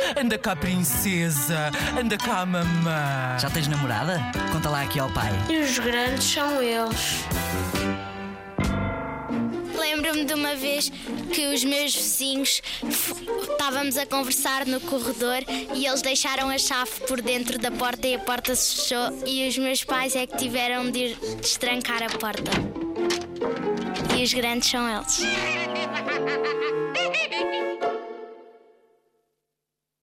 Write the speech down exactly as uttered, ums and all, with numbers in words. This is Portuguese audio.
Anda cá, princesa. Anda cá, mamã. Já tens namorada? Conta lá aqui ao pai. E os grandes são eles. Lembro-me de uma vez que os meus vizinhos f- estávamos a conversar no corredor e eles deixaram a chave por dentro da porta e a porta se fechou e os meus pais é que tiveram de ir destrancar a porta. E os grandes são eles.